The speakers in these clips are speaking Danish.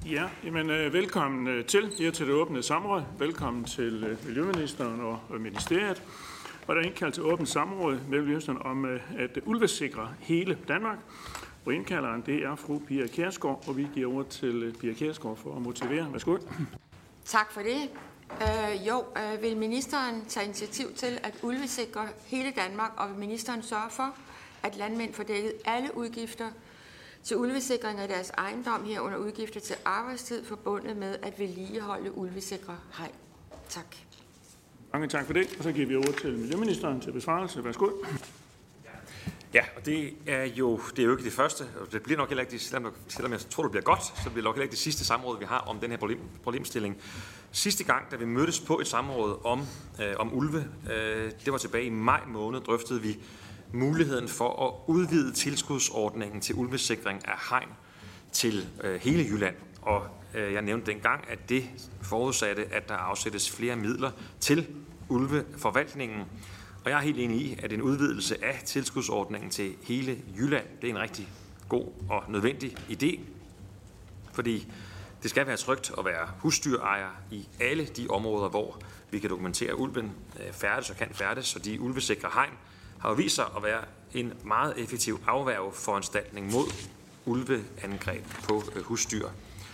Ja, velkommen til her til det åbne samråd. Velkommen til Miljøministeren og ministeriet. Og der er indkaldt til åbent samråd med Miljøministeren om at ulvesikre hele Danmark. Og indkalderen, det er fru Pia Kjærsgaard, og vi giver ord til Pia Kjærsgaard for at motivere. Værsgo. Tak for det. Vil ministeren tage initiativ til at ulvesikre hele Danmark, og vil ministeren sørge for, at landmænd får dækket alle udgifter til ulvesikring af deres ejendom, herunder udgifter til arbejdstid forbundet med at vedligeholde ulvesikre hegn? Tak. Mange tak for det. Og så giver vi ord til Miljøministeren til besvarelse. Værsgo. Ja, og det er jo ikke det første, og det bliver nok heller ikke det, selvom jeg tror, det bliver godt, så bliver det nok heller ikke det sidste samråd, vi har om den her problemstilling. Sidste gang, da vi mødtes på et samråd om ulve, det var tilbage i maj måned, drøftede vi muligheden for at udvide tilskudsordningen til ulvesikring af hegn til hele Jylland. Og jeg nævnte dengang, at det forudsatte, at der afsættes flere midler til ulveforvaltningen. Og jeg er helt enig i, at en udvidelse af tilskudsordningen til hele Jylland, det er en rigtig god og nødvendig idé, fordi det skal være trygt at være husdyrejer i alle de områder, hvor vi kan dokumentere, at ulven færdes og kan færdes, og de ulvesikre hegn har jo vist sig at være en meget effektiv afværgeforanstaltning mod ulveangreb på husdyr.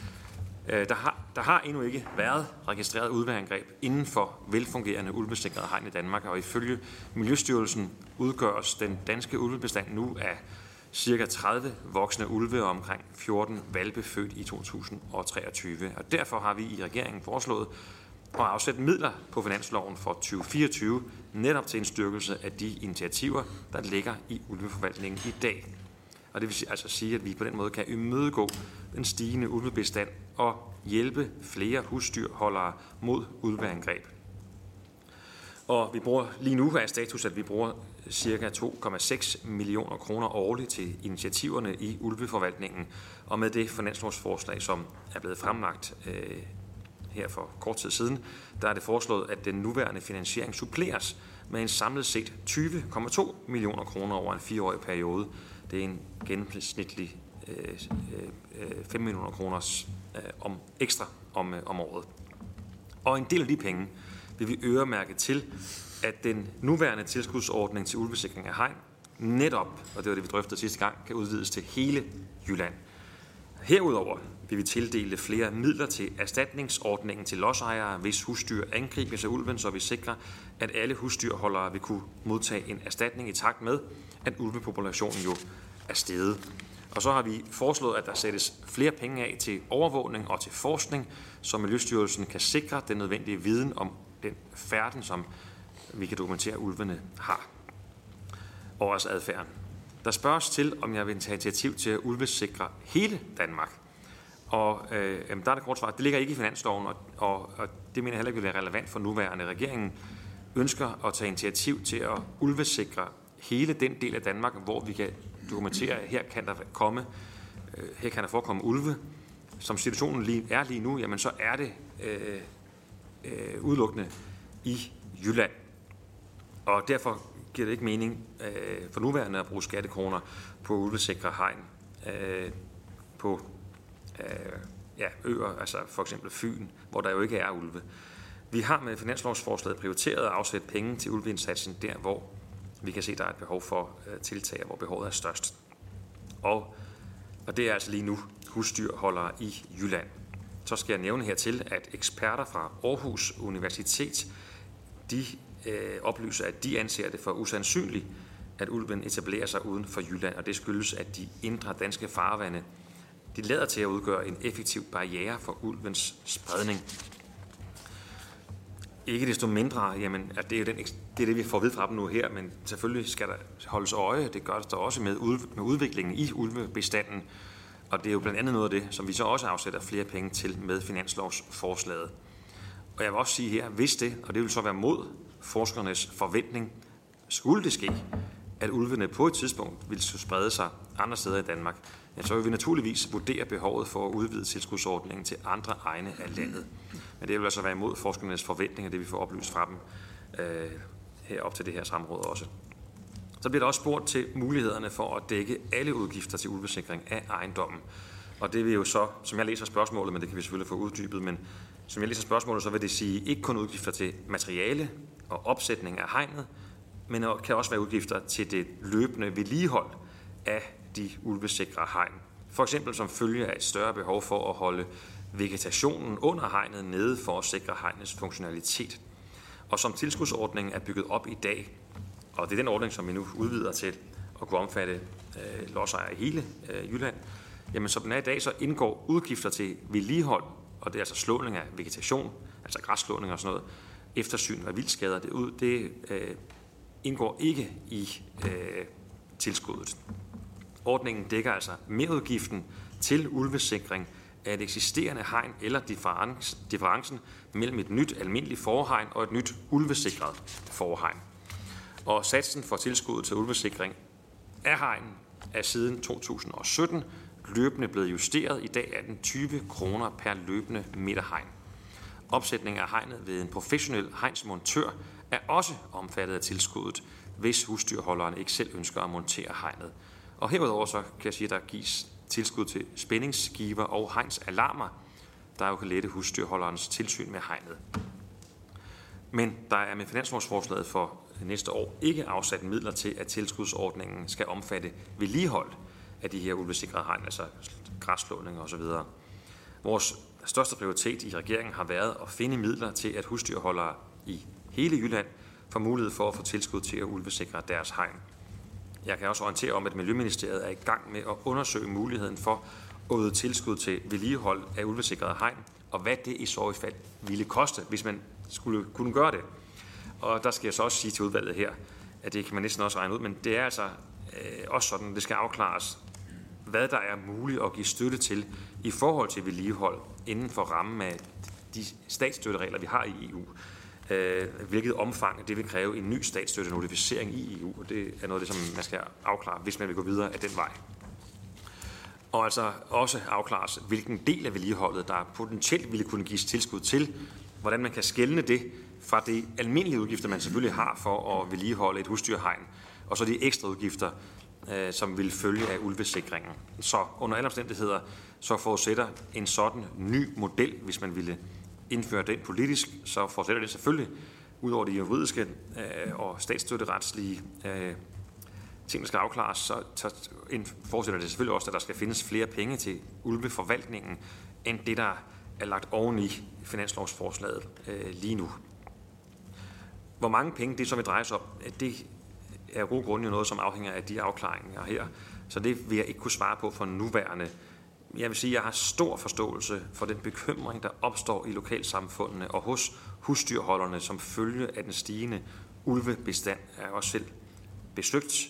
Der har endnu ikke været registreret ulveangreb inden for velfungerende ulvesikrede hegn i Danmark, og ifølge Miljøstyrelsen udgøres den danske ulvebestand nu af ca. 30 voksne ulve og omkring 14 hvalpe født i 2023. Og derfor har vi i regeringen foreslået at afsætte midler på finansloven for 2024, netop til en styrkelse af de initiativer, der ligger i ulveforvaltningen i dag. Og det vil altså sige, at vi på den måde kan imødegå den stigende ulvebestand og hjælpe flere husdyrholdere mod ulveangreb. Og vi bruger lige nu af status, at vi bruger ca. 2,6 millioner kroner årligt til initiativerne i ulveforvaltningen. Og med det finanslovsforslag, som er blevet fremlagt her for kort tid siden, der er det foreslået, at den nuværende finansiering suppleres med en samlet set 20,2 millioner kroner over en 4-årig periode. Det er en gennemsnitlig 5 millioner kroner ekstra om året. Og en del af de penge vil vi øremærke til, at den nuværende tilskudsordning til ulvesikring af hegn netop, og det var det, vi drøftede sidste gang, kan udvides til hele Jylland. Herudover vil vi tildele flere midler til erstatningsordningen til lodsejere, hvis husdyr angribes af ulven, så vi sikrer, at alle husdyrholdere vil kunne modtage en erstatning i takt med, at ulvepopulationen jo er steget. Og så har vi foreslået, at der sættes flere penge af til overvågning og til forskning, så Miljøstyrelsen kan sikre den nødvendige viden om den færden, som vi kan dokumentere, at ulvene har, og også adfærden. Der spørges til, om jeg vil tage initiativ til at ulvesikre hele Danmark. Og der er det kort svar, det ligger ikke i finansloven, og det mener jeg heller ikke vil være relevant for nuværende. Regeringen ønsker at tage initiativ til at ulvesikre hele den del af Danmark, hvor vi kan dokumentere, at her kan der forekomme ulve. Som situationen er lige nu, jamen så er det udelukkende i Jylland. Og derfor giver det ikke mening for nuværende at bruge skattekroner på ulvesikre hegn på øer, altså for eksempel Fyn, hvor der jo ikke er ulve. Vi har med finanslovsforslaget prioriteret at afsætte penge til ulveindsatsen der, hvor vi kan se, at der er et behov for tiltag, hvor behovet er størst. Og det er altså lige nu husdyrholdere i Jylland. Så skal jeg nævne hertil, at eksperter fra Aarhus Universitet, de oplyser, at de anser det for usandsynligt, at ulven etablerer sig uden for Jylland, og det skyldes, at de indre danske farvande, de lader til at udgøre en effektiv barriere for ulvens spredning. Ikke desto mindre, jamen, at det er det, vi får at vide fra dem nu her, men selvfølgelig skal der holdes øje, det gør der også med udviklingen i ulvebestanden, og det er jo blandt andet noget af det, som vi så også afsætter flere penge til med finanslovsforslaget. Og jeg vil også sige her, hvis det, og det vil så være mod forskernes forventning, skulle det ske, at ulvene på et tidspunkt vil sprede sig andre steder i Danmark, ja, så vil vi naturligvis vurdere behovet for at udvide tilskudsordningen til andre egne af landet. Men det vil altså være imod forskernes forventninger, det vi får oplyst fra dem herop til det her samråd også. Så bliver der også spurgt til mulighederne for at dække alle udgifter til ulvesikring af ejendommen. Og det vil jo så, som jeg læser spørgsmålet, men det kan vi selvfølgelig få uddybet, men som jeg læser spørgsmålet, så vil det sige ikke kun udgifter til materiale og opsætning af hegnet, men det kan også være udgifter til det løbende vedligehold af de ulvesikre hegn. For eksempel som følge af et større behov for at holde vegetationen under hegnet nede for at sikre hegnets funktionalitet. Og som tilskudsordningen er bygget op i dag, og det er den ordning, som vi nu udvider til at kunne omfatte lodsejere i hele Jylland, jamen som den er i dag, så indgår udgifter til vedligehold, og det er altså slåning af vegetation, altså græsslåning og sådan noget, eftersyn af vildskader, det indgår ikke i tilskuddet. Ordningen dækker altså merudgiften til ulvesikring af et eksisterende hegn eller differencen mellem et nyt almindeligt forhegn og et nyt ulvesikret forhegn. Og satsen for tilskuddet til ulvesikring af hegn er siden 2017 løbende blevet justeret. I dag er den 20 kroner per løbende meter hegn. Opsætning af hegnet ved en professionel hegnsmontør er også omfattet af tilskuddet, hvis husdyrholderen ikke selv ønsker at montere hegnet. Og herudover så kan jeg sige, at der gives tilskud til spændingsskiver og hegnsalarmer, der jo kan lette husdyrholderens tilsyn med hegnet. Men der er med finanslovsforslaget for næste år ikke afsat midler til, at tilskudsordningen skal omfatte vedligehold af de her ulvesikrede hegn, altså græsslåning osv. Vores største prioritet i regeringen har været at finde midler til, at husdyrholdere i hele Jylland får mulighed for at få tilskud til at ulvesikre deres hegn. Jeg kan også orientere om, at Miljøministeriet er i gang med at undersøge muligheden for at yde tilskud til vedligehold af ulvesikrede hegn, og hvad det i så fald ville koste, hvis man skulle kunne gøre det. Og der skal jeg så også sige til udvalget her, at det kan man næsten også regne ud, men det er altså også sådan, det skal afklares, hvad der er muligt at give støtte til i forhold til vedligehold inden for rammen af de statsstøtteregler, vi har i EU. Hvilket omfang det vil kræve en ny statsstøttenotificering i EU, og det er noget af det, som man skal afklare, hvis man vil gå videre af den vej. Og altså også afklares, hvilken del af vedligeholdet, der potentielt ville kunne gives tilskud til, hvordan man kan skelne det fra de almindelige udgifter, man selvfølgelig har for at vedligeholde et husdyrhegn, og så de ekstra udgifter, som vil følge af ulvesikringen. Så under alle omstændigheder, så forudsætter en sådan ny model, hvis man ville indføre den politisk, så forudsætter det selvfølgelig, ud over de juridiske og statsstøtteretslige ting, der skal afklares, så forudsætter det selvfølgelig også, at der skal findes flere penge til ulveforvaltningen, end det, der er lagt oven i finanslovsforslaget lige nu. Hvor mange penge det så vil dreje sig om, det er god grund jo noget, som afhænger af de afklaringer her, så det vil jeg ikke kunne svare på for nuværende. Jeg vil sige, at jeg har stor forståelse for den bekymring, der opstår i lokalsamfundene og hos husdyrholderne som følge af den stigende ulvebestand. Jeg er også selv besøgt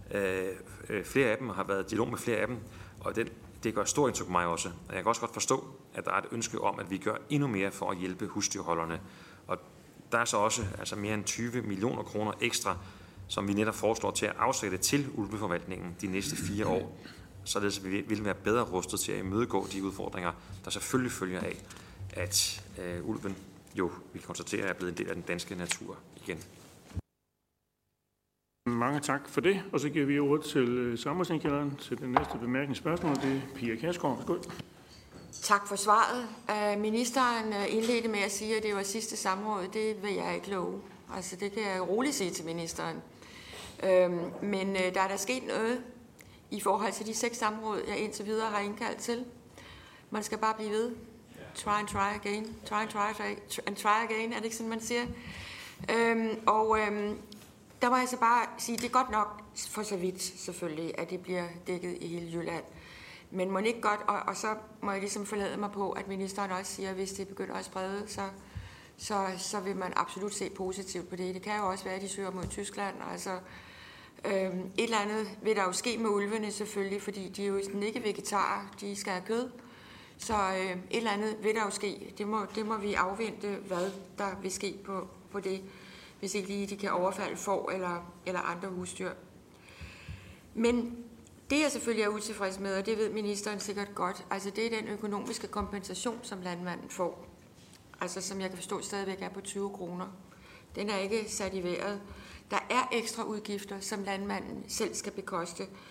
flere af dem, har været i dialog med flere af dem, og det gør stor indtryk på mig også. Og jeg kan også godt forstå, at der er et ønske om, at vi gør endnu mere for at hjælpe husdyrholderne. Og der er så også mere end 20 millioner kroner ekstra, som vi netop foreslår til at afsætte til ulveforvaltningen de næste 4 år, således at vi vil være bedre rustet til at imødegå de udfordringer, der selvfølgelig følger af, at ulven jo, vi konstaterer, er blevet en del af den danske natur igen. Mange tak for det, og så giver vi ordet til samrådsindkalderen til den næste bemærkningsspørgsmål. Det er Pia Kjærsgaard. Værsgo. Tak for svaret. Ministeren indledte med at sige, at det var sidste samråd. Det vil jeg ikke love. Altså, det kan jeg roligt sige til ministeren. Men der er der sket noget i forhold til de 6 samråd, jeg indtil videre har indkaldt til. Man skal bare blive ved. Try and try again. Try and try again, er det ikke sådan, man siger? Der må jeg så bare sige, at det er godt nok for så vidt selvfølgelig, at det bliver dækket i hele Jylland. Men må ikke godt, og så må jeg ligesom forlade mig på, at ministeren også siger, at hvis det begynder at sprede, så vil man absolut se positivt på det. Det kan jo også være, at de søger mod Tyskland. Altså, et eller andet vil der jo ske med ulvene selvfølgelig, fordi de er jo sådan ikke vegetarer, de skal have kød. Så et eller andet vil der jo ske. Det må vi afvente, hvad der vil ske på det, hvis ikke lige de kan overfalde får eller andre husdyr. Men det jeg selvfølgelig er utilfreds med, og det ved ministeren sikkert godt, altså det er den økonomiske kompensation, som landmanden får. Altså som jeg kan forstå stadigvæk er på 20 kroner. Den er ikke sat i vejret. Der er ekstra udgifter, som landmanden selv skal bekoste.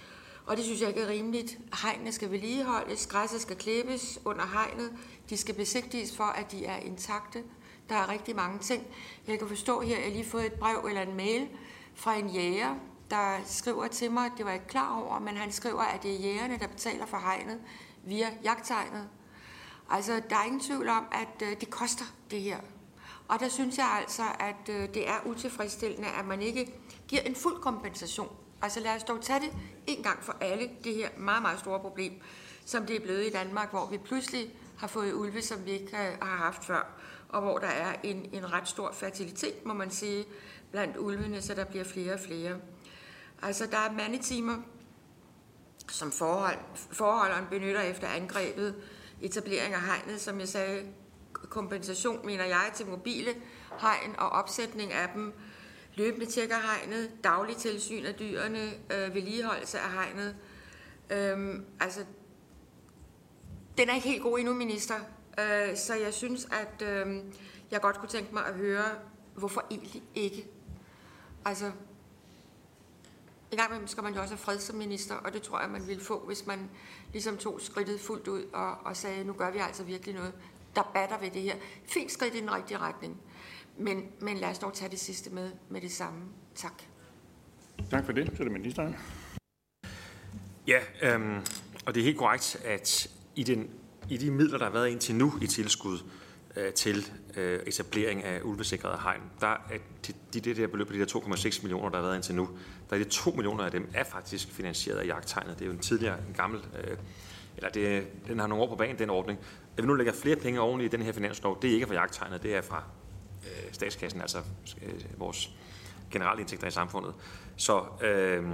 Og det synes jeg ikke er rimeligt. Hegnene skal vedligeholdes, græsset skal klippes under hegnet, de skal besigtiges for, at de er intakte. Der er rigtig mange ting. Jeg kan forstå her, at jeg lige har fået et brev eller en mail fra en jæger, der skriver til mig, det var jeg ikke klar over, men han skriver, at det er jægerne, der betaler for hegnet via jagttegnet. Altså, der er ingen tvivl om, at det koster det her. Og der synes jeg altså, at det er utilfredsstillende, at man ikke giver en fuld kompensation. Altså lad os dog tage det en gang for alle, det her meget, meget store problem, som det er blevet i Danmark, hvor vi pludselig har fået ulve, som vi ikke har haft før, og hvor der er en ret stor fertilitet, må man sige, blandt ulvene, så der bliver flere og flere. Altså der er mandetimer, som forholderen benytter efter angrebet, etablering af hegnet, som jeg sagde, kompensation, mener jeg, til mobile hegn og opsætning af dem, løbende tjekker hegnet, daglig tilsyn af dyrene, vedligeholdelse af hegnet. Altså, den er ikke helt god endnu, minister, så jeg synes, at jeg godt kunne tænke mig at høre, hvorfor egentlig ikke. Altså, en gang imellem skal man jo også have fred som minister, og det tror jeg, man ville få, hvis man ligesom tog skridtet fuldt ud og sagde, nu gør vi altså virkelig noget, der batter ved det her. Fint skridt i den rigtige retning. Men lad os dog tage det sidste med det samme. Tak. Tak for det. Så er det ministeren. Ja, og det er helt korrekt, at i de midler, der har været indtil nu i tilskud til etablering af ulvesikrede hegn, der er det der beløb, de der 2,6 millioner, der har været indtil nu, der er det 2 millioner af dem er faktisk finansieret af jagttegnet. Det er jo en gammel, den har nogle år på banen, den ordning. At vi nu lægger flere penge oven i den her finanslov, det er ikke fra jagttegnet, det er fra statskassen, altså vores generelle indtægter i samfundet. Så det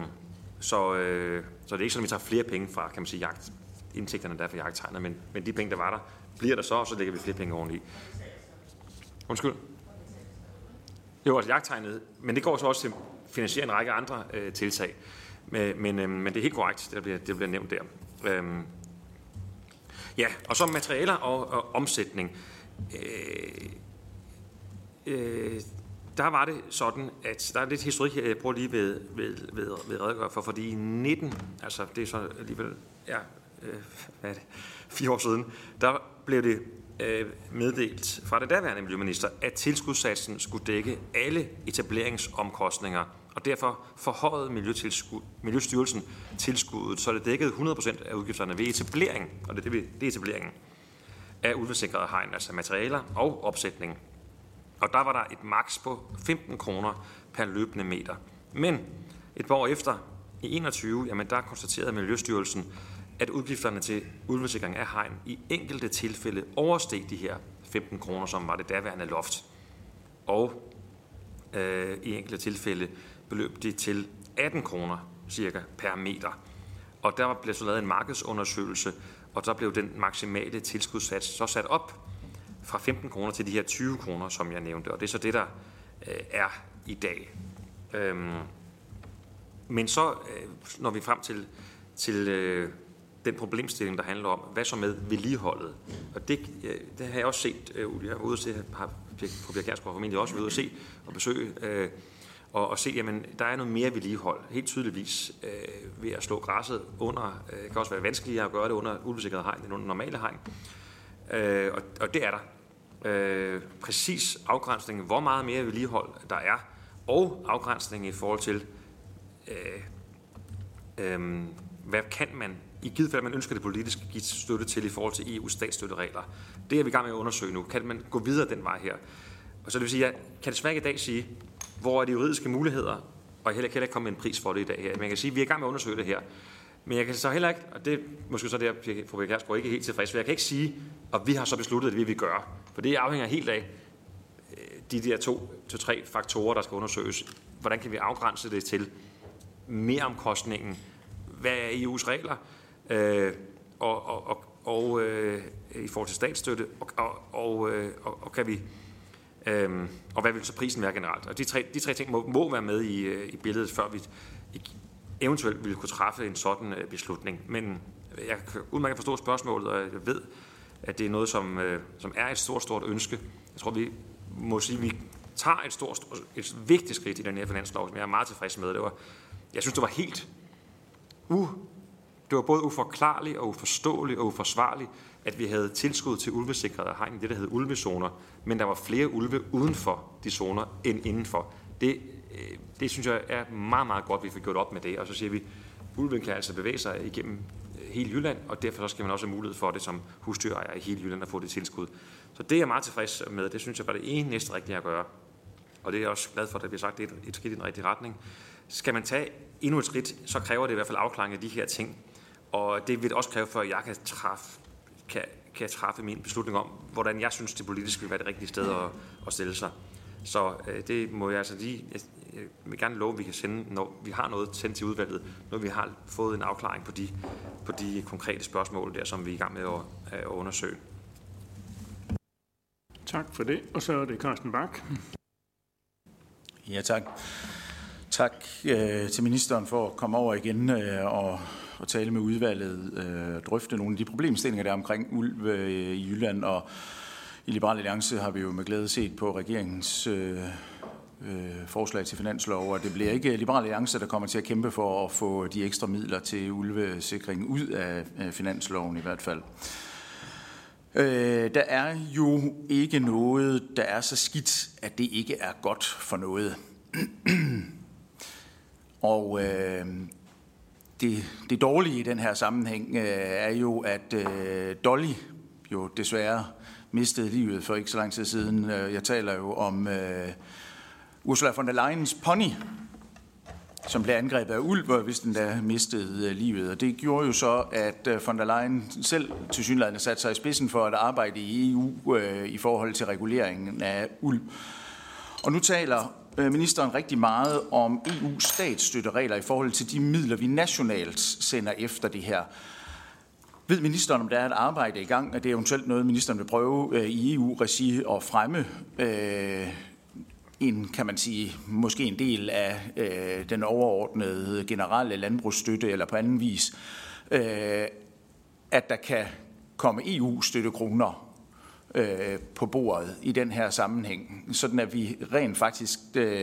er ikke sådan, at vi tager flere penge fra, kan man sige, indtægterne der for jagttegnet, men de penge, der var der, bliver der så, og så lægger vi flere penge oveni. Undskyld? Jo, altså jagttegnet, men det går så også til at finansiere en række andre tiltag. Men det er helt korrekt, det bliver nævnt der. Ja, og så materialer og omsætning. Der var det sådan, at der er lidt historik her, jeg prøver lige ved redegøre for, fordi i 19, altså det er så alligevel, 4 år siden, der blev det meddelt fra det daværende miljøminister, at tilskudssatsen skulle dække alle etableringsomkostninger, og derfor forhøjede Miljøstyrelsen tilskuddet, så det dækkede 100% af udgifterne ved etablering, og det er etableringen af ulvesikrede hegn, altså materialer og opsætning. Og der var der et maks på 15 kroner per løbende meter. Men et par år efter, i 21, jamen der konstaterede Miljøstyrelsen, at udgifterne til ulvesikring af hegn i enkelte tilfælde oversteg de her 15 kroner, som var det daværende loft. Og i enkelte tilfælde beløb de til 18 kroner cirka per meter. Og der blev så lavet en markedsundersøgelse, og der blev den maksimale tilskudssats så sat op fra 15 kroner til de her 20 kroner, som jeg nævnte. Og det er så det, der er i dag. Men så når vi frem til den problemstilling, der handler om, hvad så med vedligeholdet. Og det har jeg også set, jeg var ude at se, har fru Pia Kjærsgaard formentlig også været ude at se og besøge, og se, jamen, der er noget mere vedligehold, helt tydeligvis ved at slå græsset under. Det kan også være vanskeligere at gøre det under ulvesikrede hegn end under normale hegn. Og det er der. Præcis afgrænsningen, hvor meget mere vedligehold der er, og afgrænsningen i forhold til, hvad kan man, i givet fald man ønsker det politisk, give støtte til i forhold til EU's statsstøtteregler. Det er vi i gang med at undersøge nu. Kan man gå videre den vej her? Og så det vil sige, jeg kan desværre ikke i dag sige, hvor er de juridiske muligheder, og jeg kan ikke komme med en pris for det i dag her. Men jeg kan sige, at vi er i gang med at undersøge det her. Men jeg kan så heller ikke, og det er måske så der, fru Pia Kjærsgaard ikke er helt tilfreds, for jeg kan ikke sige, at vi har så besluttet, at det vil vi gøre. For det afhænger helt af de der 2-3 faktorer, der skal undersøges. Hvordan kan vi afgrænse det til meromkostningen? Hvad er EU's regler? Og i forhold til statsstøtte, og kan vi, og hvad vil så prisen være generelt? Og de tre ting må være med i billedet, før vi eventuelt ville kunne træffe en sådan beslutning. Men jeg kan udmærket forstå spørgsmålet, og jeg ved, at det er noget, som er et stort ønske. Jeg tror, vi må sige, at vi tager et vigtigt skridt i den her finanslov, som jeg er meget tilfreds med. Jeg synes, det var helt det var både uforklarligt og uforståeligt og uforsvarligt, at vi havde tilskud til ulvesikrede hegn, det der hed ulvezoner, men der var flere ulve uden for de zoner end indenfor. Det synes jeg er meget, meget godt, at vi får gjort op med det. Og så siger vi, at ulven kan altså bevæge sig igennem hele Jylland, og derfor så skal man også have mulighed for det som husdyrejer i hele Jylland at få det tilskud. Så det er jeg meget tilfreds med. Det synes jeg var det eneste rigtige at gøre. Og det er jeg også glad for, at det bliver sagt, det er et skridt i den rigtige retning. Skal man tage endnu et skridt, så kræver det i hvert fald afklaring af de her ting. Og det vil det også kræve, for at jeg kan træffe min beslutning om, hvordan jeg synes, det politisk vil være det rigtige sted at stille sig. Så det må jeg altså lige... Jeg vil gerne love, at vi kan sende, når vi har noget sendt til udvalget, når vi har fået en afklaring på de konkrete spørgsmål der, som vi er i gang med at undersøge. Tak for det. Og så er det Carsten Bach. Ja, tak. Tak til ministeren for at komme over igen og tale med udvalget og drøfte nogle af de problemstillinger, der er omkring ulv i Jylland. Og i Liberal Alliance har vi jo med glæde set på regeringens forslag til finanslov, og det bliver ikke Liberal Alliance, der kommer til at kæmpe for at få de ekstra midler til ulvesikring ud af finansloven i hvert fald. Der er jo ikke noget, der er så skidt, at det ikke er godt for noget. Og det dårlige i den her sammenhæng er jo, at Dolly jo desværre mistede livet for ikke så lang tid siden. Jeg taler jo om Ursula von der Leyens pony, som blev angrebet af ulv, og hvis den da mistede livet. Og det gjorde jo så, at von der Leyen selv tilsyneladende satte sig i spidsen for at arbejde i EU i forhold til reguleringen af ulv. Og nu taler ministeren rigtig meget om EU's statsstøtteregler i forhold til de midler, vi nationalt sender efter det her. Ved ministeren, om der er et arbejde i gang, at det er eventuelt noget, ministeren vil prøve i EU-regi at fremme kan man sige, måske en del af den overordnede generelle landbrugsstøtte eller på anden vis, at der kan komme EU-støttekroner på bordet i den her sammenhæng, sådan at vi rent faktisk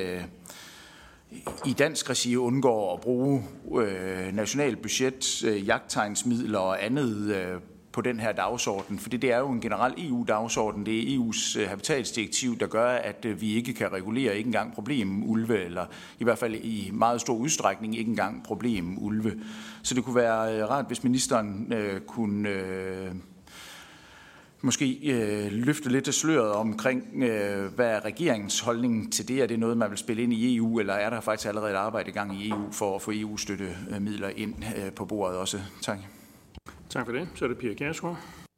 i dansk regi undgår at bruge nationalbudget, jagttegnsmidler og andet på den her dagsorden, for det er jo en generel EU-dagsorden. Det er EU's habitatsdirektiv, der gør, at vi ikke kan regulere ikke engang ulve, eller i hvert fald i meget stor udstrækning ikke engang ulve. Så det kunne være rart, hvis ministeren kunne måske løfte lidt af sløret omkring, hvad er regeringens holdning til det? Er det noget, man vil spille ind i EU, eller er der faktisk allerede et arbejde i gang i EU for at få EU-støttemidler ind på bordet også? Tak. Tak for det. Så er det Pia Kjærsgaard.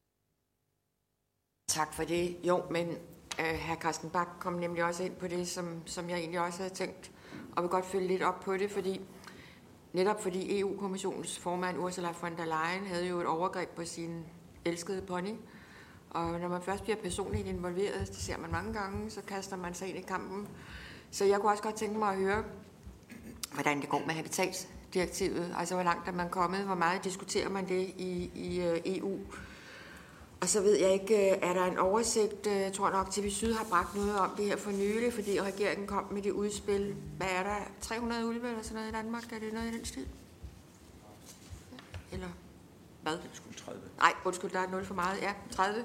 Tak for det. Jo, men hr. Carsten Bach kom nemlig også ind på det, som jeg egentlig også havde tænkt, og vil godt følge lidt op på det, fordi EU-kommissionens formand Ursula von der Leyen havde jo et overgreb på sin elskede pony, og når man først bliver personligt involveret, det ser man mange gange, så kaster man sig ind i kampen. Så jeg kunne også godt tænke mig at høre, hvordan det går med habitatsdirektivet, altså hvor langt er man kommet, hvor meget diskuterer man det i EU. Og så ved jeg ikke, er der en oversigt, jeg tror nok TV Syd har bragt noget om det her for nylig, fordi regeringen kom med det udspil. Hvad er der? 300 ulve eller sådan noget i Danmark? Er det noget i den stil? Eller hvad? 30. Nej, undskyld, der er 0 for meget. Ja, 30.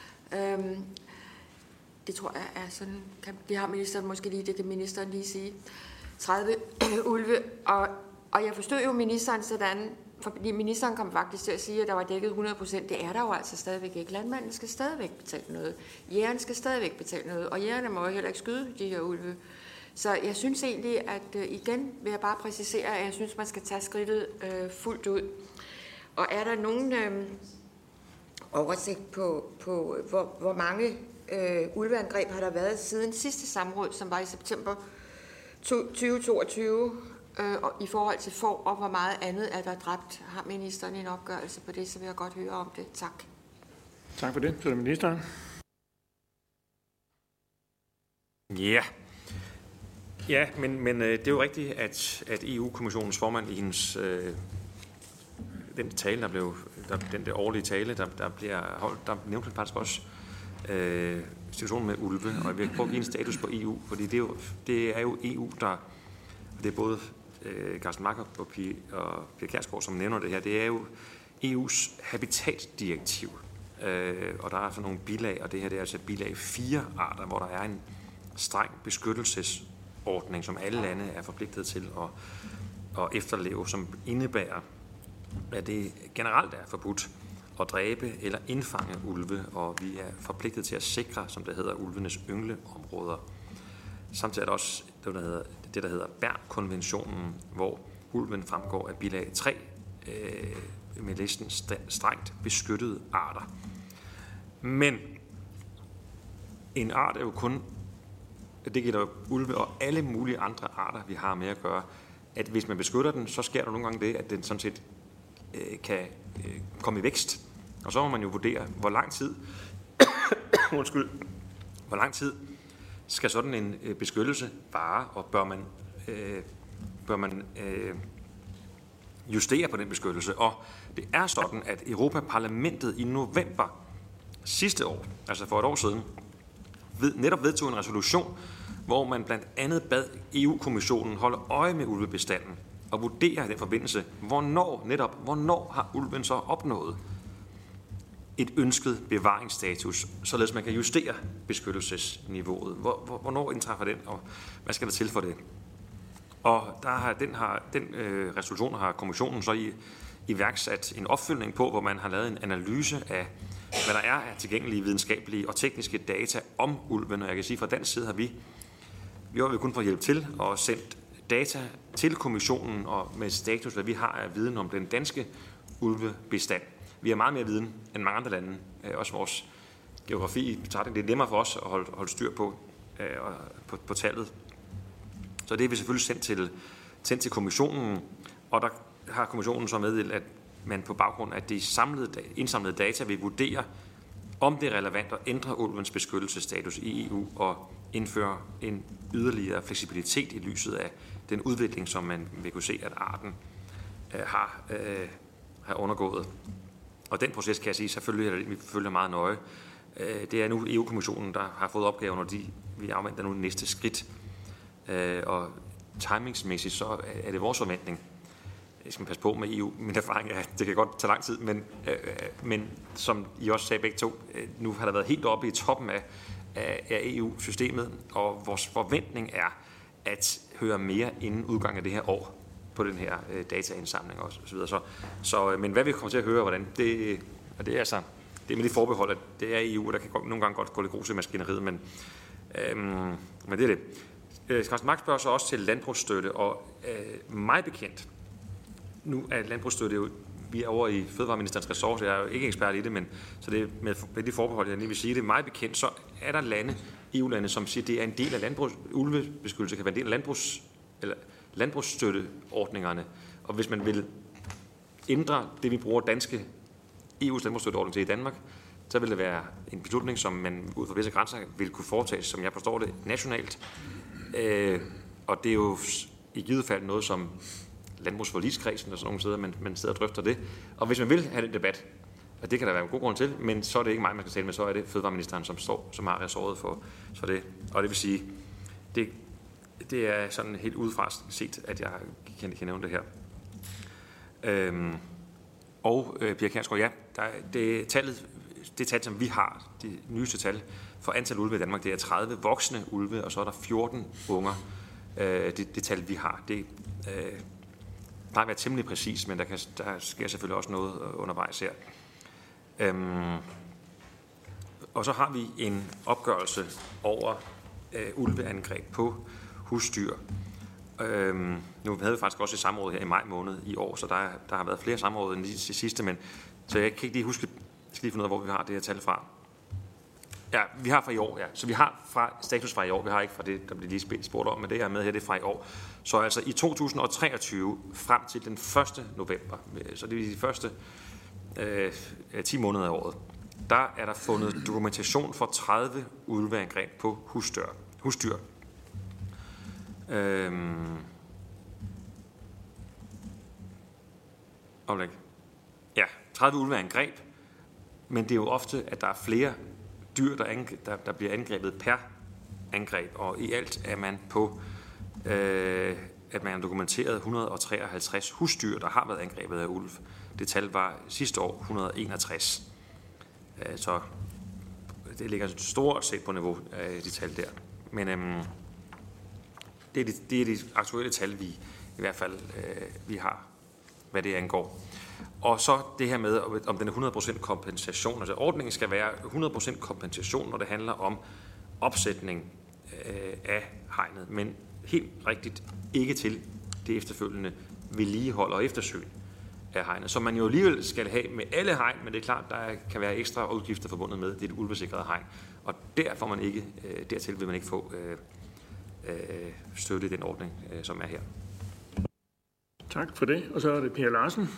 Det tror jeg er sådan, det har ministeren måske lige, det kan ministeren lige sige. 30 ulve, og jeg forstod jo ministeren sådan, fordi ministeren kom faktisk til at sige, at der var dækket 100%. Det er der jo altså stadigvæk ikke. Landmanden skal stadigvæk betale noget. Jægeren skal stadigvæk betale noget, og jægerne må jo heller ikke skyde de her ulve. Så jeg synes egentlig, at igen vil jeg bare præcisere, at jeg synes, man skal tage skridtet fuldt ud. Og er der nogen oversigt på hvor mange ulveangreb har der været siden sidste samråd, som var i september 2022, og i forhold til får, og hvor meget andet er der dræbt? Har ministeren en opgørelse på det, så vil jeg godt høre om det. Tak. Tak for det. Så er det ministeren. Ja, men det er jo rigtigt, at EU-kommissionens formand i hendes den tale, den der årlige tale, der bliver holdt, der nævnte han faktisk også situationen med ulve, og jeg vil prøve at give en status på EU, fordi det er jo EU, der, det er både Carsten Mark og Pia Kjærsgaard, som nævner det her, det er jo EU's habitatdirektiv. Og der er sådan nogle bilag, og det her det er altså bilag 4 arter, hvor der er en streng beskyttelsesordning, som alle lande er forpligtet til at efterleve, som indebærer, at det generelt er forbudt at dræbe eller indfange ulve, og vi er forpligtet til at sikre, som det hedder, ulvenes yngleområder. Samtidig er der også det, der hedder Bern-konventionen, hvor ulven fremgår af bilag 3 med listen strengt beskyttede arter. Men en art er jo kun, det gælder jo ulve og alle mulige andre arter, vi har med at gøre, at hvis man beskytter den, så sker der nogle gange det, at den sådan set kan komme i vækst. Og så må man jo vurdere, hvor lang tid hvor lang tid skal sådan en beskyttelse vare, og bør man justere på den beskyttelse. Og det er sådan, at Europaparlamentet i november sidste år, altså for et år siden, netop vedtog en resolution, hvor man blandt andet bad EU-kommissionen holde øje med ulvebestanden og vurdere i den forbindelse, hvornår har ulven så opnået et ønsket bevaringsstatus, således man kan justere beskyttelsesniveauet. Hvornår indtræffer den, og hvad skal der til for det? Og den resolution har kommissionen så iværksat en opfølgning på, hvor man har lavet en analyse af, hvad der er af tilgængelige videnskabelige og tekniske data om ulven. Og jeg kan sige, fra dansk side har vi kun fået hjælp til og sendt data til kommissionen og med status, hvad vi har af viden om den danske ulvebestand. Vi har meget mere viden end mange andre lande. Også vores geografi i betragtning. Det er nemmere for os at holde styr på tallet. Så det er vi selvfølgelig sendt til kommissionen, og der har kommissionen så meddelt, at man på baggrund af de indsamlede data vil vurdere, om det er relevant at ændre ulvens beskyttelsesstatus i EU og indføre en yderligere fleksibilitet i lyset af den udvikling, som man vil kunne se, at arten har undergået. Og den proces, kan jeg sige, selvfølgelig vi følger meget nøje. Det er nu EU-kommissionen, der har fået opgaven, og vi afventer nu næste skridt. Og timingsmæssigt, så er det vores forventning. Jeg skal passe på med EU. Min erfaring er, at det kan godt tage lang tid, men som I også sagde begge to, nu har der været helt oppe i toppen af EU-systemet, og vores forventning er at høre mere inden udgangen af det her år på den her dataindsamling og så videre. Men hvad vi kommer til at høre, hvordan det er altså, det er med det forbehold, at det er EU, og der kan nogle gange godt gå lidt grus i maskineriet, men det er det. Carsten Mark spørger så også til landbrugsstøtte, og meget bekendt, nu er landbrugsstøtte jo, vi er over i Fødevareministerens ressort, så jeg er jo ikke ekspert i det, men så det er med det forbehold, jeg lige vil sige det, meget bekendt, så er der EU-lande, som siger, at det er en del af ulvebeskyttelse, kan være en del af landbrugsstøtteordningerne, og hvis man vil ændre det, vi bruger EU's landbrugsstøtteordning til i Danmark, så vil det være en beslutning, som man ud fra visse grænser vil kunne foretages, som jeg forstår det, nationalt. Og det er jo i givet fald noget, som landbrugsforligskredsen og sådan nogle steder, man sidder og drøfter det. Og hvis man vil have den debat, og det kan der være en god grund til, men så er det ikke mig, man skal tale med, så er det fødevareministeren, som har ressortet for det. Og det vil sige, det er sådan helt udefra set, at jeg kan nævne det her. Pia Kjærsgaard, ja, det tal, som vi har, det nyeste tal for antal ulve i Danmark, det er 30 voksne ulve, og så er der 14 unger. Det tal, vi har, det plejer at være temmelig præcis, men der sker selvfølgelig også noget undervejs her. Og så har vi en opgørelse over ulveangreb på husdyr. Nu havde vi faktisk også et samråd her i maj måned i år, så der har været flere samråd end de sidste, men så jeg kan ikke lige huske, jeg skal lige finde ud af, hvor vi har det her tal fra. Ja, vi har fra i år, ja. Så vi har status fra i år. Vi har ikke fra det, der bliver lige spurgt om, men det jeg er med her, det er fra i år. Så altså i 2023 frem til den 1. november, så det er de første 10 måneder af året, der er der fundet dokumentation for 30 ulveangreb på husdyr. Ja, 30 ulveangreb, men det er jo ofte, at der er flere dyr, der bliver angrebet per angreb, og i alt er man på at man har dokumenteret 153 husdyr, der har været angrebet af ulv. Det tal var sidste år 161. Så det ligger stort set på niveau af de tal der. Men det er de aktuelle tal, vi i hvert fald vi har, hvad det angår. Og så det her med, om den er 100% kompensation. Altså ordningen skal være 100% kompensation, når det handler om opsætning af hegnet, men helt rigtigt ikke til det efterfølgende vedligehold og eftersyn af hegnet, som man jo alligevel skal have med alle hegn, men det er klart, der kan være ekstra udgifter forbundet med det ulvesikret hegn, og dertil vil man ikke få støtte i den ordning, som er her. Tak for det, og så er det Per Larsen.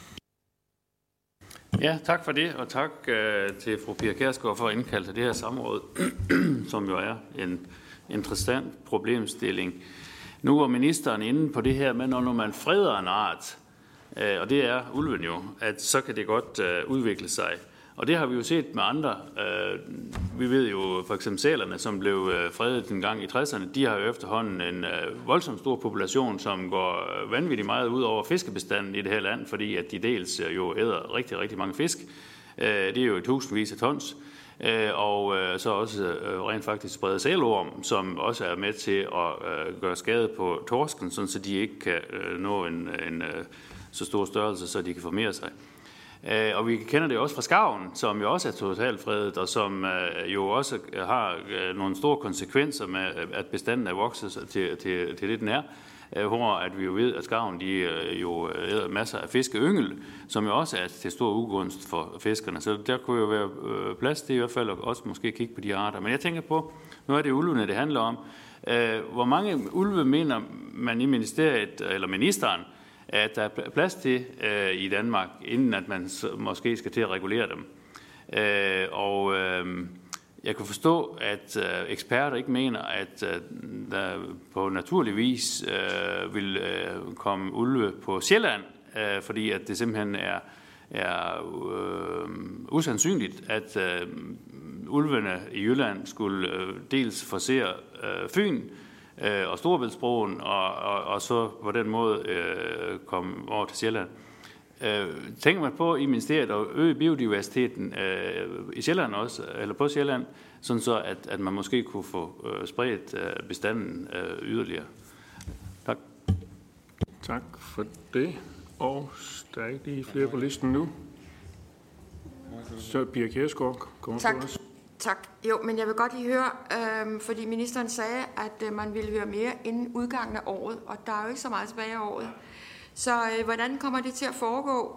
Ja, tak for det, og tak til fru Pia Kjærsgaard for at indkalde til det her samråd, som jo er en interessant problemstilling. Nu var ministeren inde på det her med, når man freder en art, og det er ulven jo, at så kan det godt udvikle sig. Og det har vi jo set med andre. Vi ved jo for eksempel sælerne, som blev fredet en gang i 60'erne, de har jo efterhånden en voldsomt stor population, som går vanvittigt meget ud over fiskebestanden i det her land, fordi at de dels jo æder rigtig, rigtig mange fisk. Det er jo tusindvis af tons. Og så også rent faktisk sprede sælorm, som også er med til at gøre skade på torsken, så de ikke kan nå en så stor størrelse, så de kan formere sig. Og vi kender det også fra skarven, som jo også er totalt fredet, og som jo også har nogle store konsekvenser med, at bestanden er vokset til det, den er. Hvor at vi jo ved, at skarven de jo æder masser af fiskeyngel, som jo også er til stor ugunst for fiskerne. Så der kunne jo være plads til i hvert fald også måske kigge på de arter. Men jeg tænker på, nu er det ulvene, det handler om. Hvor mange ulve mener man i ministeriet, eller ministeren, at der er plads til i Danmark, inden at man måske skal til at regulere dem? Jeg kan forstå, at eksperter ikke mener, at der på naturlig vis vil komme ulve på Sjælland, fordi at det simpelthen er usandsynligt, at ulvene i Jylland skulle dels forsere Fyn og Storebæltsbroen, og så på den måde komme over til Sjælland. Tænker man på i ministeriet at øge biodiversiteten i Sjælland også, eller på Sjælland, sådan så at man måske kunne få spredt bestanden yderligere? Tak. Tak for det. Og der er ikke lige flere på listen nu. Så Pia Kjærsgaard kommer på os. Tak. Jo, men jeg vil godt lige høre, fordi ministeren sagde, at man ville høre mere inden udgangen af året, og der er jo ikke så meget tilbage af året. Så hvordan kommer det til at foregå?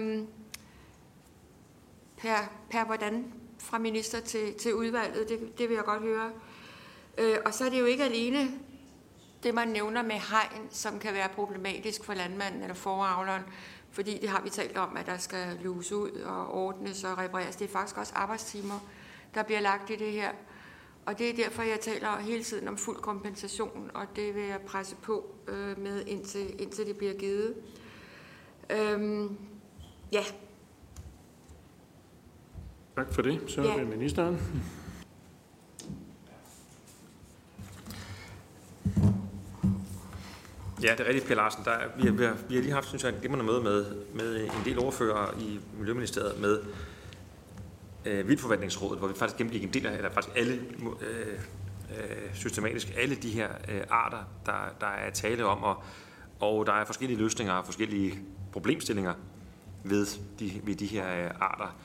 Per hvordan fra minister til udvalget? Det vil jeg godt høre. Og så er det jo ikke alene det, man nævner med hegn, som kan være problematisk for landmanden eller foravleren, fordi det har vi talt om, at der skal luges ud og ordnes og repareres. Det er faktisk også arbejdstimer, der bliver lagt i det her. Og det er derfor, jeg taler hele tiden om fuld kompensation, og det vil jeg presse på med, indtil det bliver givet. Ja. Tak for det. Så er det ministeren. Ja, det er rigtigt, Per Larsen. Vi har lige haft, synes jeg, et glimrende møde med en del ordfører i Miljøministeriet med Vildtforvaltningsrådet, hvor vi faktisk gennemgik en del af, eller faktisk alle, systematisk alle de her arter, der er tale om, og der er forskellige løsninger og forskellige problemstillinger ved de her arter.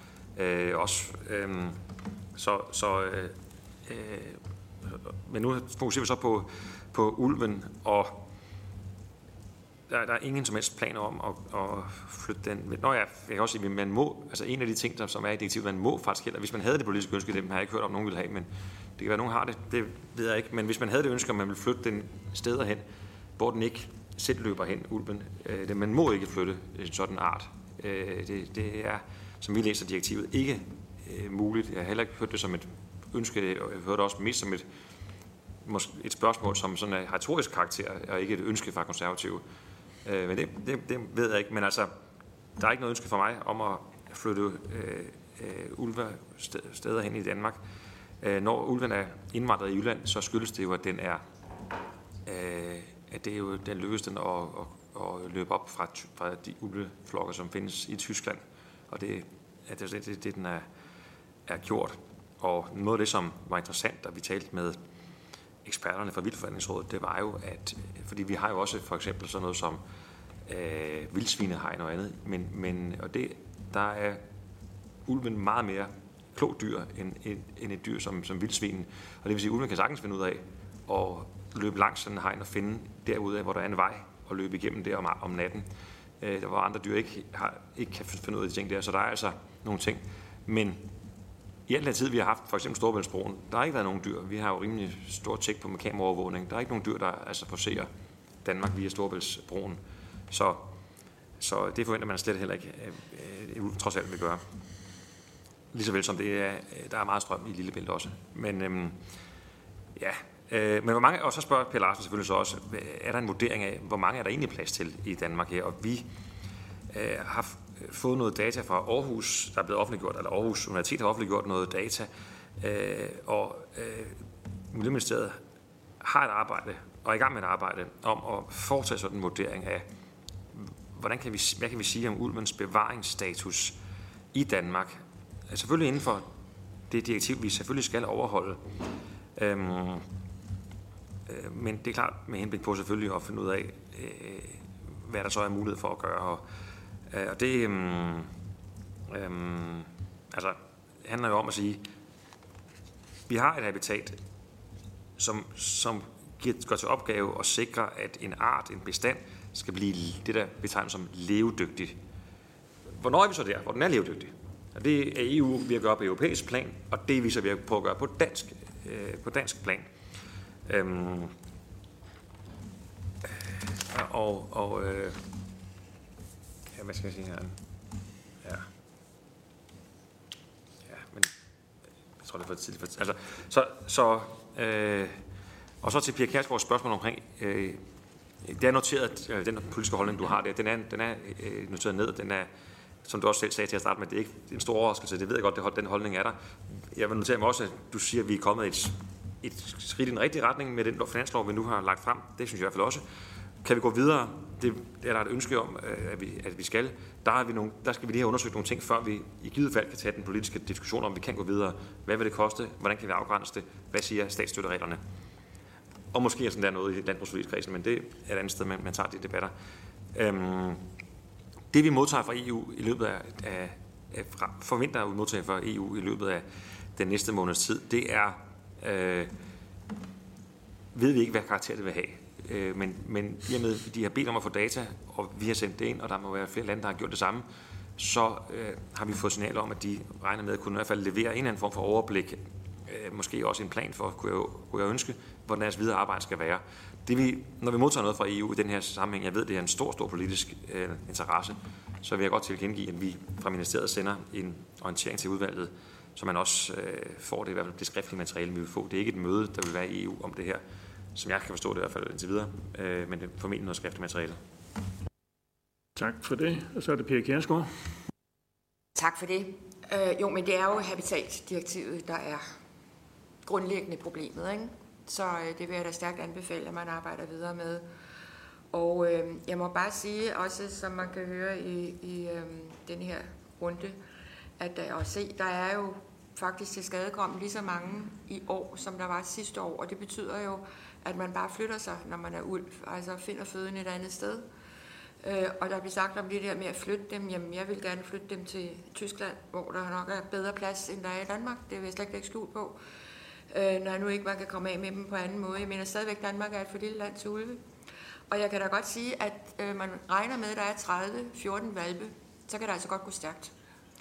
Men nu fokuserer vi så på ulven, og der er ingen som helst planer om at flytte den. Nå ja, jeg kan også sige, at man må, altså en af de ting, som er i direktivet, man må faktisk heller, hvis man havde det politiske ønske, dem har jeg ikke hørt om, nogen vil have, men det kan være, nogen har det, det ved jeg ikke, men hvis man havde det ønske, om man vil flytte den steder hen, hvor den ikke selv løber hen, ulven, man må ikke flytte en sådan art. Det er, som vi læser direktivet, ikke muligt. Jeg har heller ikke hørt det som et ønske, og jeg hørte også mest som et spørgsmål, som sådan er retorisk karakter, og ikke et ønske fra konservative. Men det ved jeg ikke. Men altså, der er ikke noget ønske for mig om at flytte ulve steder hen i Danmark. Når ulven er indvandret i Jylland, så skyldes det jo, at den at det er jo den lykkedes den at løbe op fra de ulveflokker, som findes i Tyskland. Og det den er gjort. Og noget af det, som var interessant, da vi talte med eksperterne fra Vildtforvaltningsrådet, det var jo, at fordi vi har jo også for eksempel sådan noget som vildsvinehegn og andet, der er ulven meget mere klogt dyr end et dyr som vildsvinen. Og det vil sige, at ulven kan sagtens finde ud af at løbe langs sådan en hegn og finde derude, hvor der er en vej, og løbe igennem der om natten. Der var andre dyr ikke kan finde ud af de ting der, så der er altså nogle ting. Men i al den tid, vi har haft for eksempel Storebæltsbroen, der har ikke været nogen dyr. Vi har jo rimelig stort tjek på med kameraovervågning. Der er ikke nogen dyr, der altså forser Danmark via Storebæltsbroen. Så det forventer man slet heller ikke, trods alt vil gøre. Ligesåvel som der er meget strøm i Lillebælt også. Men men hvor mange, og så spørger Per Larsen selvfølgelig så også, er der en vurdering af, hvor mange er der egentlig plads til i Danmark her? Og vi har fået noget data fra Aarhus, der er blevet offentliggjort, eller Aarhus Universitet har offentliggjort noget data, og Miljøministeriet har et arbejde, og er i gang med et arbejde, om at foretage sådan en vurdering af, hvad kan vi sige om ulvens bevaringsstatus i Danmark? Selvfølgelig inden for det direktiv, vi selvfølgelig skal overholde. Men det er klart med henblik på selvfølgelig at finde ud af, hvad der så er mulighed for at gøre. Og det handler jo om at sige, vi har et habitat, som går til opgave at sikre, at en art, en bestand, skal blive det, der betegnes som levedygtig. Hvornår er vi så der, hvor den er levedygtig? Og det er EU ved at gøre på europæisk plan, og det viser vi på at gøre på dansk plan. Hvad skal jeg sige her? Men jeg tror, det er for tidligt. Og så til Pia Kjærsgaards spørgsmål omkring, det er noteret, den politiske holdning, du har der, den er noteret ned, den er, som du også selv sagde til at starte med, det er ikke en stor overraskelse, det ved jeg godt, den holdning er der. Jeg vil notere mig også, at du siger, at vi er kommet et skridt i den rigtige retning med den finanslov, vi nu har lagt frem. Det synes jeg i hvert fald også. Kan vi gå videre? Det er der et ønske om, at vi skal. Der skal vi lige have undersøgt nogle ting, før vi i givet fald kan tage den politiske diskussion om, vi kan gå videre. Hvad vil det koste? Hvordan kan vi afgrænse det? Hvad siger statsstøttereglerne? Og måske er sådan der noget i landbrugsforligskredsen, men det er et andet sted, man tager de debatter. Det vi modtager fra EU i løbet af forventer at modtage fra EU i løbet af den næste måneds tid, det er ved vi ikke, hvad karakter det vil have. Men i og med, at de har bedt om at få data, og vi har sendt det ind, og der må være flere lande, der har gjort det samme, så har vi fået signaler om, at de regner med at kunne i hvert fald levere en eller anden form for overblik, måske også en plan for, kunne jeg ønske, hvordan deres videre arbejde skal være. Når vi modtager noget fra EU i den her sammenhæng, jeg ved, det er en stor politisk interesse, så vil jeg godt tilkendegive, at vi fra ministeriet sender en orientering til udvalget, så man også får det, i hvert fald det skriftlige materiale, vi vil få. Det er ikke et møde, der vil være i EU om det her, som jeg kan forstå det i hvert fald indtil videre, men det er formentlig noget skriftligt materiale. Tak for det. Og så er det Pia Kjærsgaard. Tak for det. Men det er jo habitatdirektivet, der er grundlæggende problemet, ikke? Så det vil jeg da stærkt anbefale, at man arbejder videre med. Og jeg må bare sige, også som man kan høre i den her runde, at der er jo faktisk til skadekommen lige så mange i år, som der var sidste år. Og det betyder jo, at man bare flytter sig, når man er ulv, altså finder føden et andet sted. Og der bliver sagt om det der med at flytte dem, jamen jeg vil gerne flytte dem til Tyskland, hvor der nok er bedre plads, end der er i Danmark. Det vil jeg slet ikke skjult på. Når nu ikke man kan komme af med dem på anden måde. Jeg mener stadigvæk, at Danmark er et for lille land til ulve. Og jeg kan da godt sige, at man regner med, at der er 30-14 hvalpe, så kan det altså godt gå stærkt.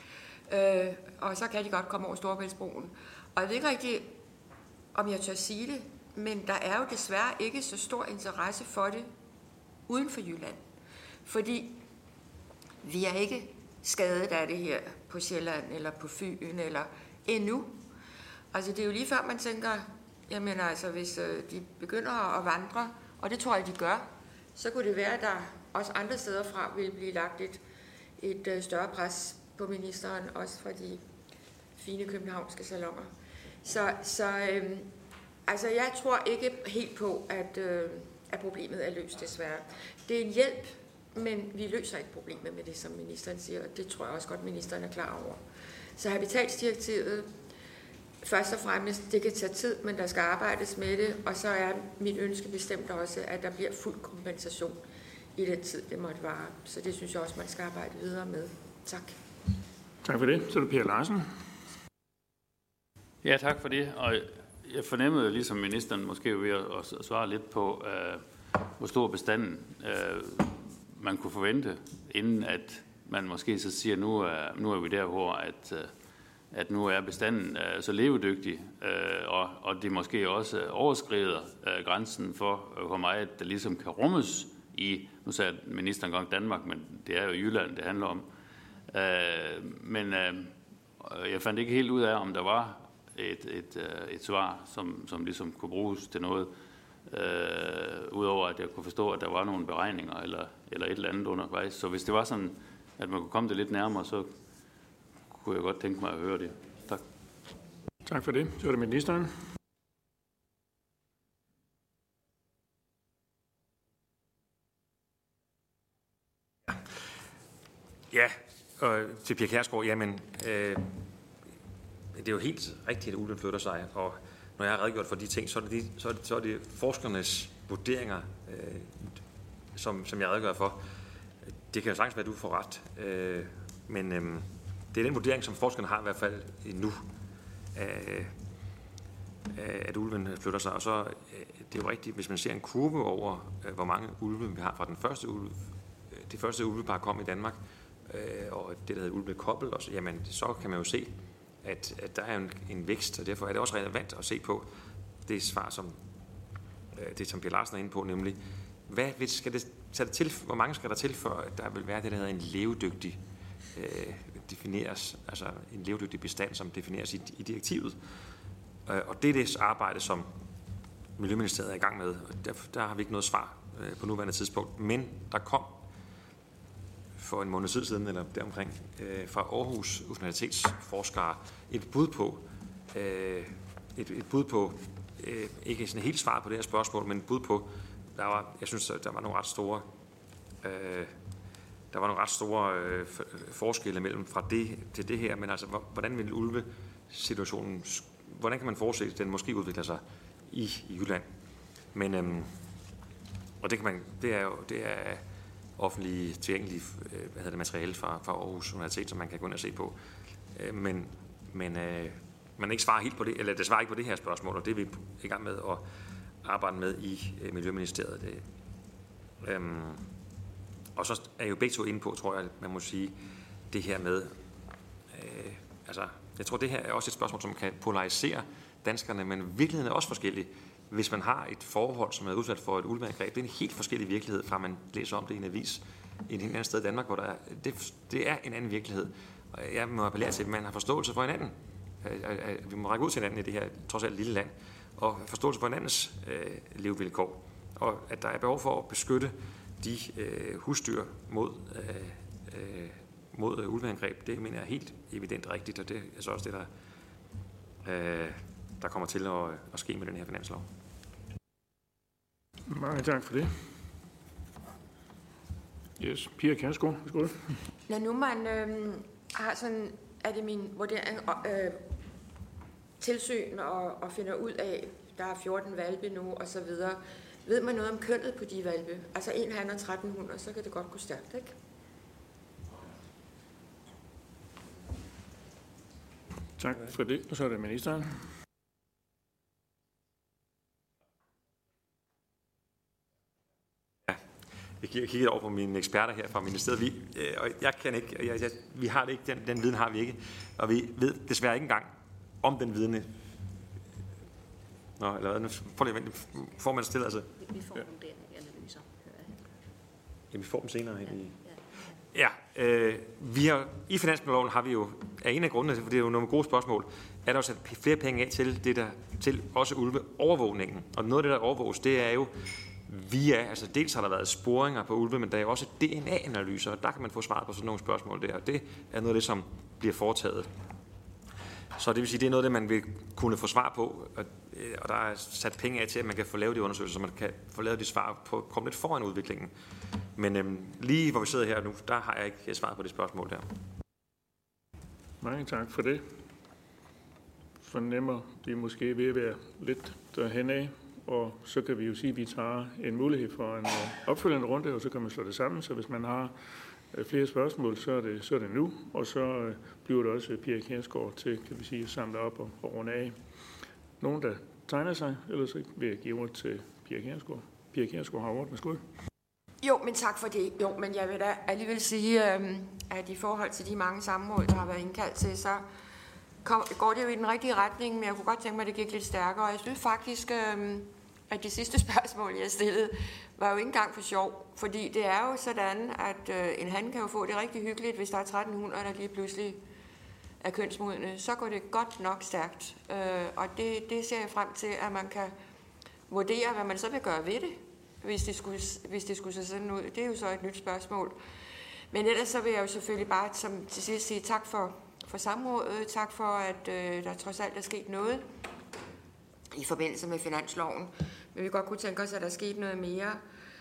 Og så kan de godt komme over Storebæltsbroen. Og jeg ved ikke rigtig, om jeg tør sige det, men der er jo desværre ikke så stor interesse for det uden for Jylland. Fordi vi er ikke skadet af det her på Sjælland eller på Fyn eller endnu. Altså det er jo lige før man tænker, jamen altså hvis de begynder at vandre, og det tror jeg de gør, så kunne det være, at der også andre steder fra vil blive lagt et større pres på ministeren, også fra de fine københavnske salonger. Altså jeg tror ikke helt på, at problemet er løst, desværre. Det er en hjælp, men vi løser ikke problemet med det, som ministeren siger, og det tror jeg også godt, ministeren er klar over. Så habitatsdirektivet, først og fremmest, det kan tage tid, men der skal arbejdes med det, og så er mit ønske bestemt også, at der bliver fuld kompensation i den tid, det måtte vare. Så det synes jeg også, man skal arbejde videre med. Tak. Tak for det. Så er det Per Larsen. Ja, tak for det. Og jeg fornemmede, ligesom ministeren måske ved at svare lidt på, hvor stor bestanden man kunne forvente, inden at man måske så siger, nu er vi der, hvor at nu er bestanden så levedygtig, og det måske også overskrider grænsen for, hvor meget der ligesom kan rummes i, nu sagde ministeren gang Danmark, men det er jo Jylland, det handler om. Men jeg fandt ikke helt ud af, om der var et svar, som ligesom kunne bruges til noget, udover at jeg kunne forstå, at der var nogle beregninger eller et eller andet undervejs. Så hvis det var sådan, at man kunne komme det lidt nærmere, så kunne jeg godt tænke mig at høre det. Tak. Tak for det. Så er det ministeren. Ja, til Pia Kjærsgaard, jamen, det er jo helt rigtigt, at ulven flytter sig, og når jeg har redegjort for de ting, så er det forskernes vurderinger, som jeg redegør for. Det kan jo sagtens være, at du får ret, men det er den vurdering, som forskerne har i hvert fald nu, at ulven flytter sig. Og så det er jo rigtigt, hvis man ser en kurve over, hvor mange ulve vi har fra det første ulvepar kom i Danmark, og det, der hedder ulvekobbel, og jamen, så kan man jo se, at der er en vækst, og derfor er det også relevant at se på det svar, som Per Larsen er inde på, nemlig, hvor mange skal der til, for at der vil være det, der hedder en levedygtig defineres, altså en levedygtig bestand, som defineres i direktivet. Og det er det arbejde, som Miljøministeriet er i gang med, og der har vi ikke noget svar på nuværende tidspunkt, men der kom for en måned siden, eller deromkring, fra Aarhus Universitetsforskere et bud på, ikke sådan helt svar på det her spørgsmål, men et bud på, jeg synes, der var nogle ret store forskelle mellem fra det til det her, men altså, hvordan vil ulvesituationen, hvordan kan man forudse, at den måske udvikler sig i Jylland? Men, og det er offentligt tilgængeligt materiale fra Aarhus Universitet, som man kan gå ind og se på. Men man ikke svarer helt på det, eller det svarer ikke på det her spørgsmål, og det er vi i gang med at arbejde med i Miljøministeriet. Og så er jo begge to inde på, tror jeg, man må sige, det her med, jeg tror, det her er også et spørgsmål, som kan polarisere danskerne, men virkeligheden er også forskellig. Hvis man har et forhold, som er udsat for et ulveangreb, det er en helt forskellig virkelighed, fra man læser om det i en avis i et helt andet sted i Danmark, hvor det er en anden virkelighed. Og jeg må appellere til, at man har forståelse for hinanden. Vi må række ud til hinanden i det her, trods alt lille land, og forståelse for hinandens levevilkår. Og at der er behov for at beskytte de husdyr mod ulveangreb, det mener jeg er helt evident rigtigt, og det er så også det, der kommer til at ske med den her finanslov. Mange tak for det. Yes, Pia Kjærsgaard, værsgo. Når nu man har sådan, er det min vurdering, tilsyn og finder ud af, der er 14 hvalpe nu og så videre. Ved man noget om kønnet på de hvalpe? Altså en han og 1300, så kan det godt gå stærkt, ikke? Tak for det. Og så er det ministeren. Jeg kigger over på mine eksperter her fra ministeriet. Jeg kan ikke, vi har det ikke, den viden har vi ikke, og vi ved desværre ikke engang om den viden. Nå, eller hvad? Nu får man tilladelse. Vi får nogle analyser. Ja, vi får dem senere. Ja, vi har, i finansloven har vi jo, af en af grundene, for det er jo nogle gode spørgsmål, er der også sat flere penge af til det der, til også ulveovervågningen. Og noget af det, der overvåges, det er jo altså dels har der været sporinger på ulve, men der er jo også DNA-analyser, og der kan man få svaret på sådan nogle spørgsmål der, og det er noget af det, som bliver foretaget. Så det vil sige, det er noget, det man vil kunne få svar på, og der er sat penge af til, at man kan få lavet de undersøgelser, så man kan få lavet de svar på at komme lidt foran udviklingen. Men lige hvor vi sidder her nu, der har jeg ikke svaret på det spørgsmål der. Mange tak for det. Fornemmer, de måske ved at være lidt derhen af, og så kan vi jo sige, at vi tager en mulighed for en opfølgende runde, og så kan man slå det sammen, så hvis man har flere spørgsmål, så er det nu, og så bliver det også Pia Kjærsgaard til, kan vi sige, at samle op og runde af. Nogen, der tegner sig, ellers vil jeg give ord til Pia Kjærsgaard. Pia Kjærsgaard har ordet. Værsgo. Jo, men tak for det. Jo, men jeg vil da alligevel sige, at i forhold til de mange sammenråd, der har været indkaldt til, så går det jo i den rigtige retning, men jeg kunne godt tænke mig, at det gik lidt stærkere. Og jeg synes faktisk, at det sidste spørgsmål, jeg stillede, var jo ikke engang for sjov. Fordi det er jo sådan, at en han kan jo få det rigtig hyggeligt, hvis der er 1300, der lige pludselig er kønsmodne. Så går det godt nok stærkt. Og det ser jeg frem til, at man kan vurdere, hvad man så vil gøre ved det, hvis det skulle se sådan ud. Det er jo så et nyt spørgsmål. Men ellers så vil jeg jo selvfølgelig bare til sidst sige tak for samrådet. Tak for, at der trods alt er sket noget i forbindelse med finansloven. Men vi godt kunne tænke os, at der er sket noget mere.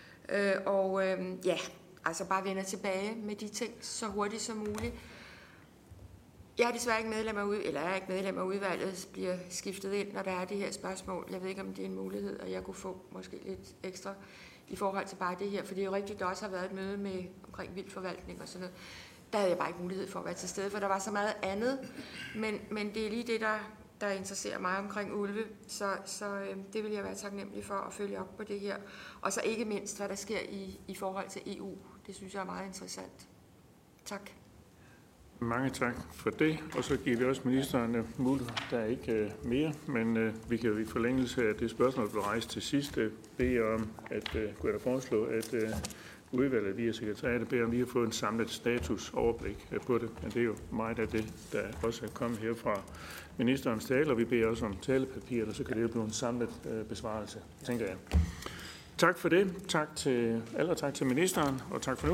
Altså bare vender tilbage med de ting så hurtigt som muligt. Jeg er desværre ikke medlem af udvalget, bliver skiftet ind, når der er det her spørgsmål. Jeg ved ikke, om det er en mulighed, og jeg kunne få måske lidt ekstra i forhold til bare det her. For det er jo rigtigt, der også har været et møde omkring vildforvaltning og sådan noget. Der havde jeg bare ikke mulighed for at være til stede, for der var så meget andet. Men det er lige det, der interesserer mig omkring ulve. Så det vil jeg være taknemmelig for at følge op på det her. Og så ikke mindst, hvad der sker i forhold til EU. Det synes jeg er meget interessant. Tak. Mange tak for det, og så giver vi også ministeren mulighed. Der er ikke mere, men vi kan jo i forlængelse af det spørgsmål, der blev rejst til sidst, bede om, at kunne jeg foreslå, at udvalget via sekretariatet beder om lige at få en samlet statusoverblik på det. Men det er jo meget af det, der også er kommet her fra ministerens tale, og vi beder også om talepapir, og så kan det jo blive en samlet besvarelse, tænker jeg. Tak for det. Tak til alle, og tak til ministeren, og tak for nu.